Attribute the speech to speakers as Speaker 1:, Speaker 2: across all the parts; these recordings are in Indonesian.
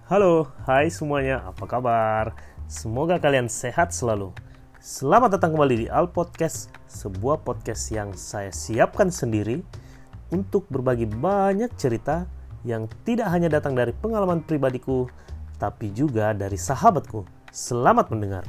Speaker 1: Halo, hai semuanya, apa kabar? Semoga kalian sehat selalu. Selamat datang kembali di Al Podcast, sebuah podcast yang saya siapkan sendiri untuk berbagi banyak cerita yang tidak hanya datang dari pengalaman pribadiku, tapi juga dari sahabatku. Selamat mendengar.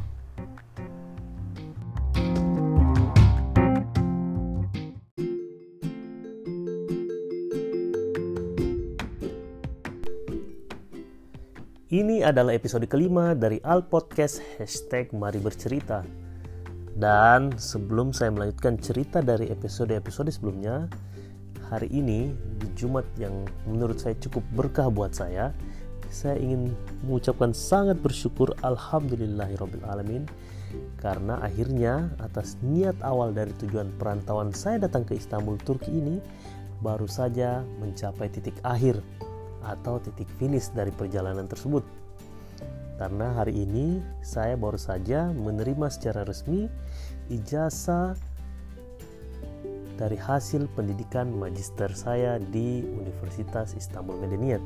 Speaker 1: Ini adalah episode kelima dari Al Podcast #Mari Bercerita. Dan sebelum saya melanjutkan cerita dari episode-episode sebelumnya, hari ini di Jumat yang menurut saya cukup berkah buat saya ingin mengucapkan sangat bersyukur alhamdulillahirrabbilalamin, karena akhirnya atas niat awal dari tujuan perantauan saya datang ke Istanbul, Turki ini baru saja mencapai titik akhir atau titik finish dari perjalanan tersebut. Karena hari ini saya baru saja menerima secara resmi ijazah dari hasil pendidikan magister saya di Universitas Istanbul Medeniyet.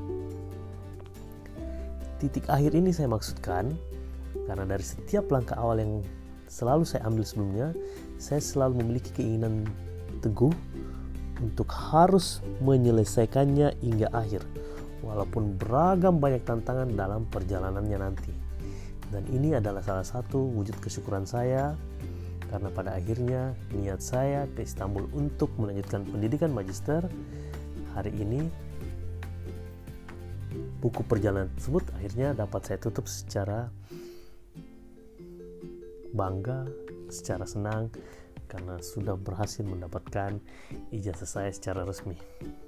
Speaker 1: Titik akhir ini saya maksudkan karena dari setiap langkah awal yang selalu saya ambil sebelumnya, saya selalu memiliki keinginan teguh untuk harus menyelesaikannya hingga akhir, walaupun beragam banyak tantangan dalam perjalanannya nanti. Dan ini adalah salah satu wujud kesyukuran saya, karena pada akhirnya niat saya ke Istanbul untuk melanjutkan pendidikan magister hari ini, buku perjalanan tersebut akhirnya dapat saya tutup secara bangga, secara senang, karena sudah berhasil mendapatkan ijazah saya secara resmi.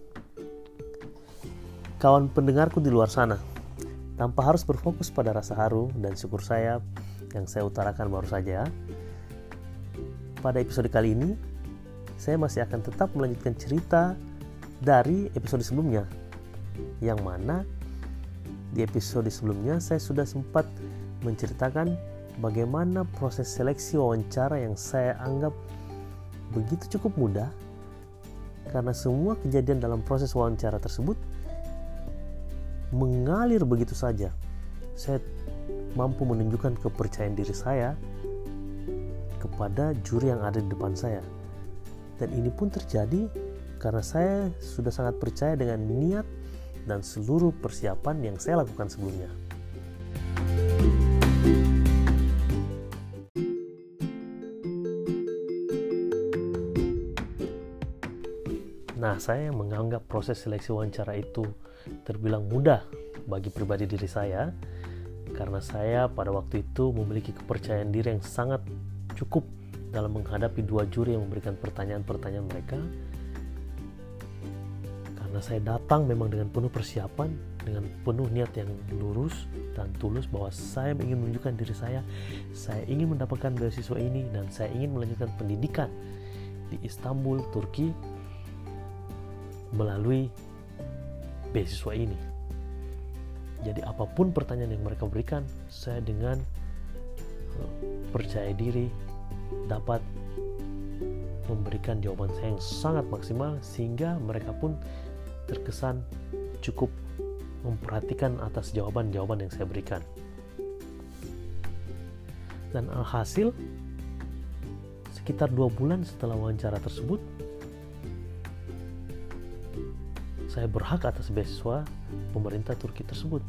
Speaker 1: Kawan pendengarku di luar sana, tanpa harus berfokus pada rasa haru dan syukur saya yang saya utarakan baru saja, pada episode kali ini saya masih akan tetap melanjutkan cerita dari episode sebelumnya, yang mana di episode sebelumnya saya sudah sempat menceritakan bagaimana proses seleksi wawancara yang saya anggap begitu cukup mudah, karena semua kejadian dalam proses wawancara tersebut mengalir begitu saja. Saya mampu menunjukkan kepercayaan diri saya kepada juri yang ada di depan saya. Dan ini pun terjadi karena saya sudah sangat percaya dengan niat dan seluruh persiapan yang saya lakukan sebelumnya. Nah, saya menganggap proses seleksi wawancara itu terbilang mudah bagi pribadi diri saya, karena saya pada waktu itu memiliki kepercayaan diri yang sangat cukup dalam menghadapi dua juri yang memberikan pertanyaan-pertanyaan mereka. Karena saya datang memang dengan penuh persiapan, dengan penuh niat yang lurus dan tulus bahwa saya ingin menunjukkan diri saya ingin mendapatkan beasiswa ini, dan saya ingin melanjutkan pendidikan di Istanbul, Turki melalui beasiswa ini. Jadi apapun pertanyaan yang mereka berikan, saya dengan percaya diri dapat memberikan jawaban saya yang sangat maksimal, sehingga mereka pun terkesan cukup memperhatikan atas jawaban-jawaban yang saya berikan. Dan alhasil sekitar 2 bulan setelah wawancara tersebut, saya berhak atas beasiswa pemerintah Turki tersebut.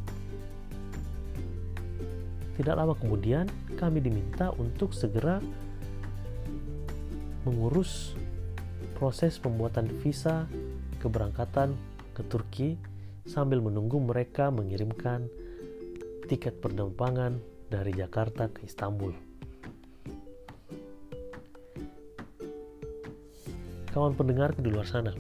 Speaker 1: Tidak lama kemudian kami diminta untuk segera mengurus proses pembuatan visa keberangkatan ke Turki sambil menunggu mereka mengirimkan tiket penerbangan dari Jakarta ke Istanbul. Kawan pendengar di luar sana,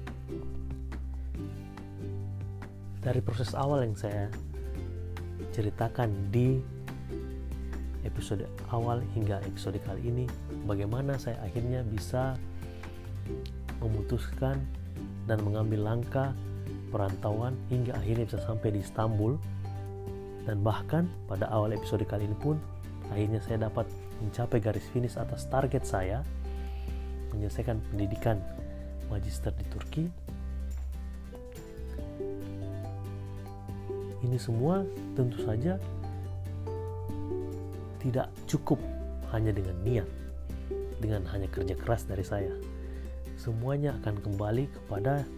Speaker 1: dari proses awal yang saya ceritakan di episode awal hingga episode kali ini, bagaimana saya akhirnya bisa memutuskan dan mengambil langkah perantauan hingga akhirnya bisa sampai di Istanbul. Dan bahkan pada awal episode kali ini pun akhirnya saya dapat mencapai garis finish atas target saya menyelesaikan pendidikan magister di Turki. ini semua tentu saja tidak cukup hanya dengan niat, dengan hanya kerja keras dari saya. Semuanya akan kembali kepada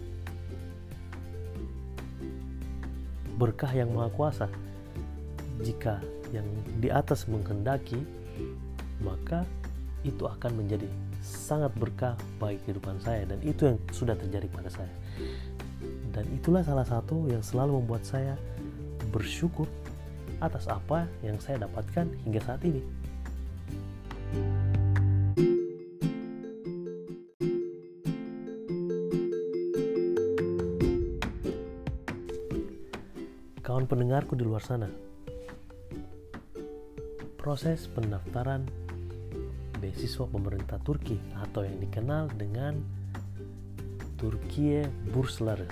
Speaker 1: berkah yang maha kuasa. Jika yang di atas menghendaki, maka itu akan menjadi sangat berkah bagi kehidupan saya, dan itu yang sudah terjadi pada saya. Dan itulah salah satu yang selalu membuat saya bersyukur atas apa yang saya dapatkan hingga saat ini. Kawan pendengarku di luar sana, proses pendaftaran beasiswa pemerintah Turki atau yang dikenal dengan Türkiye Bursları,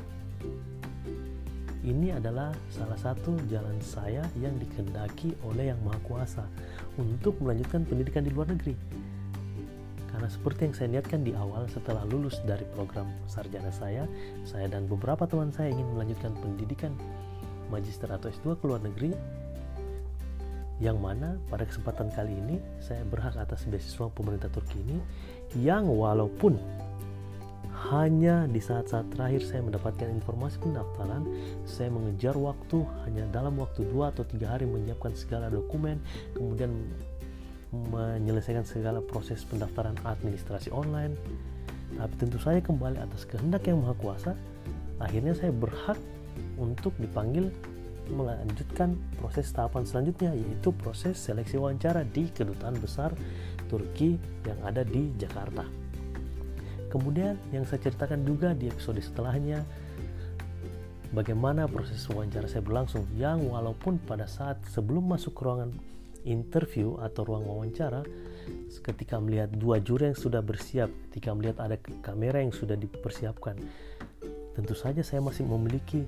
Speaker 1: ini adalah salah satu jalan saya yang dikehendaki oleh Yang Maha Kuasa untuk melanjutkan pendidikan di luar negeri. Karena seperti yang saya niatkan di awal, setelah lulus dari program sarjana saya dan beberapa teman saya ingin melanjutkan pendidikan magister atau S2 ke luar negeri, yang mana pada kesempatan kali ini saya berhak atas beasiswa pemerintah Turki ini, yang walaupun hanya di saat-saat terakhir saya mendapatkan informasi pendaftaran, saya mengejar waktu hanya dalam waktu 2 atau 3 hari menyiapkan segala dokumen, kemudian menyelesaikan segala proses pendaftaran administrasi online. Tapi tentu saja kembali atas kehendak Yang Maha Kuasa, akhirnya saya berhak untuk dipanggil melanjutkan proses tahapan selanjutnya, yaitu proses seleksi wawancara di Kedutaan Besar Turki yang ada di Jakarta. Kemudian yang saya ceritakan juga di episode setelahnya, bagaimana proses wawancara saya berlangsung, yang walaupun pada saat sebelum masuk ke ruangan interview atau ruang wawancara, ketika melihat 2 juri yang sudah bersiap, ketika melihat ada kamera yang sudah dipersiapkan, tentu saja saya masih memiliki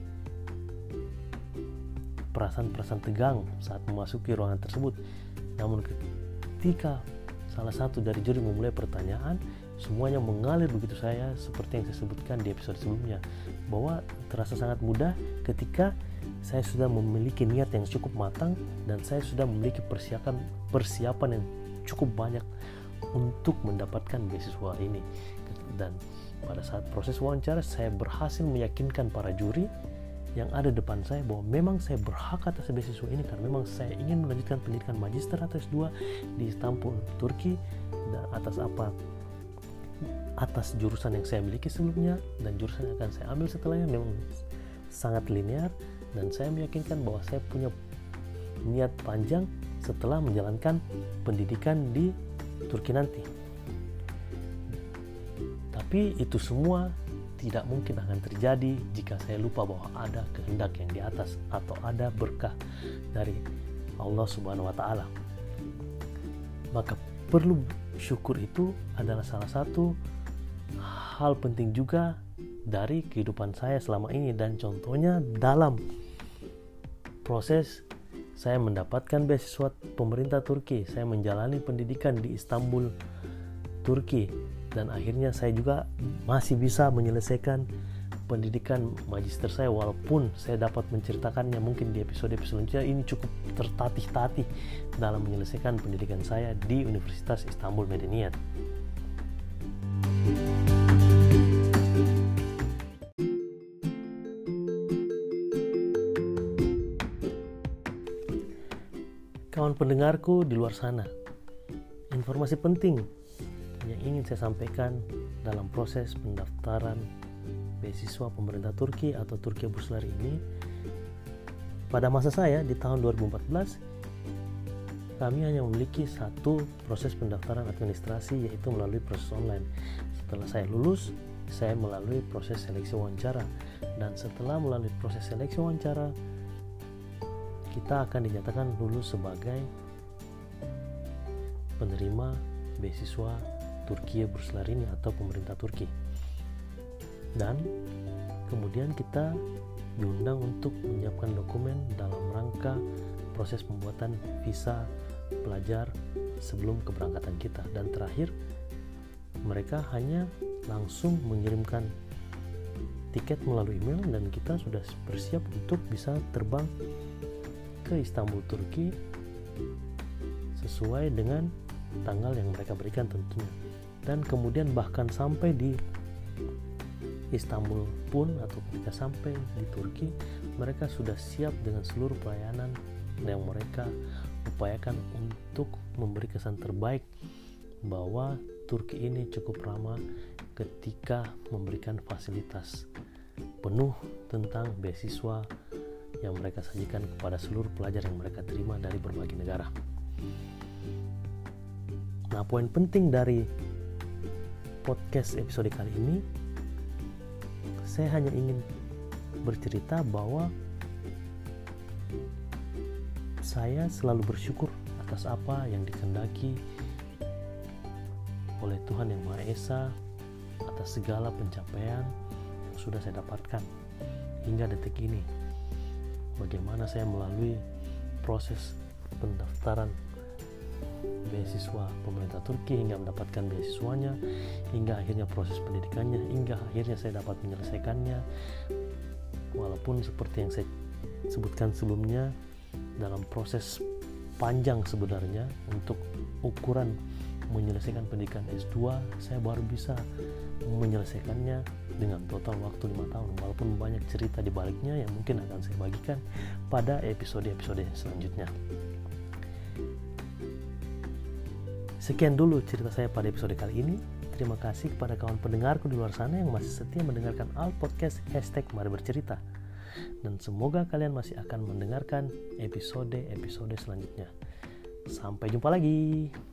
Speaker 1: perasaan-perasaan tegang saat memasuki ruangan tersebut. Namun ketika salah satu dari juri memulai pertanyaan, semuanya mengalir begitu saya, seperti yang saya sebutkan di episode sebelumnya, bahwa terasa sangat mudah ketika saya sudah memiliki niat yang cukup matang dan saya sudah memiliki persiapan yang cukup banyak untuk mendapatkan beasiswa ini. Dan pada saat proses wawancara, saya berhasil meyakinkan para juri yang ada depan saya bahwa memang saya berhak atas beasiswa ini karena memang saya ingin melanjutkan pendidikan magister atau S2 di Istanbul, Turki, dan atas jurusan yang saya miliki sebelumnya, dan jurusan yang akan saya ambil setelahnya memang sangat linear, dan saya meyakinkan bahwa saya punya niat panjang setelah menjalankan pendidikan di Turki nanti. Tapi itu semua tidak mungkin akan terjadi jika saya lupa bahwa ada kehendak yang di atas atau ada berkah dari Allah Subhanahu wa Ta'ala. Maka perlu syukur itu adalah salah satu hal penting juga dari kehidupan saya selama ini, dan contohnya dalam proses saya mendapatkan beasiswa pemerintah Turki, saya menjalani pendidikan di Istanbul, Turki, dan akhirnya saya juga masih bisa menyelesaikan pendidikan magister saya, walaupun saya dapat menceritakannya mungkin di episode-episode selanjutnya. Ini cukup tertatih-tatih dalam menyelesaikan pendidikan saya di Universitas Istanbul Medeniyet. Kawan pendengarku di luar sana, informasi penting yang ingin saya sampaikan dalam proses pendaftaran beasiswa pemerintah Turki atau Türkiye Bursları ini, pada masa saya di tahun 2014 kami hanya memiliki satu proses pendaftaran administrasi, yaitu melalui proses online. Setelah saya lulus, saya melalui proses seleksi wawancara, dan setelah melalui proses seleksi wawancara, kita akan dinyatakan lulus sebagai penerima beasiswa Türkiye Bursları ini atau pemerintah Turki. Dan kemudian kita diundang untuk menyiapkan dokumen dalam rangka proses pembuatan visa pelajar sebelum keberangkatan kita. Dan terakhir, mereka hanya langsung mengirimkan tiket melalui email dan kita sudah bersiap untuk bisa terbang ke Istanbul, Turki sesuai dengan tanggal yang mereka berikan tentunya. Dan kemudian bahkan sampai di Istanbul pun, atau ketika sampai di Turki, mereka sudah siap dengan seluruh pelayanan yang mereka upayakan untuk memberi kesan terbaik bahwa Turki ini cukup ramah ketika memberikan fasilitas penuh tentang beasiswa yang mereka sajikan kepada seluruh pelajar yang mereka terima dari berbagai negara. Nah, poin penting dari podcast episode kali ini, saya hanya ingin bercerita bahwa saya selalu bersyukur atas apa yang dikehendaki oleh Tuhan Yang Maha Esa, atas segala pencapaian yang sudah saya dapatkan hingga detik ini. Bagaimana saya melalui proses pendaftaran beasiswa pemerintah Turki hingga mendapatkan beasiswanya, hingga akhirnya proses pendidikannya, hingga akhirnya saya dapat menyelesaikannya. Walaupun seperti yang saya sebutkan sebelumnya, dalam proses panjang sebenarnya untuk ukuran menyelesaikan pendidikan S2, saya baru bisa menyelesaikannya dengan total waktu 5 tahun. Walaupun banyak cerita di baliknya yang mungkin akan saya bagikan pada episode-episode selanjutnya. Sekian dulu cerita saya pada episode kali ini. Terima kasih kepada kawan pendengarku di luar sana yang masih setia mendengarkan Al Podcast #Mari Bercerita. Dan semoga kalian masih akan mendengarkan episode-episode selanjutnya. Sampai jumpa lagi.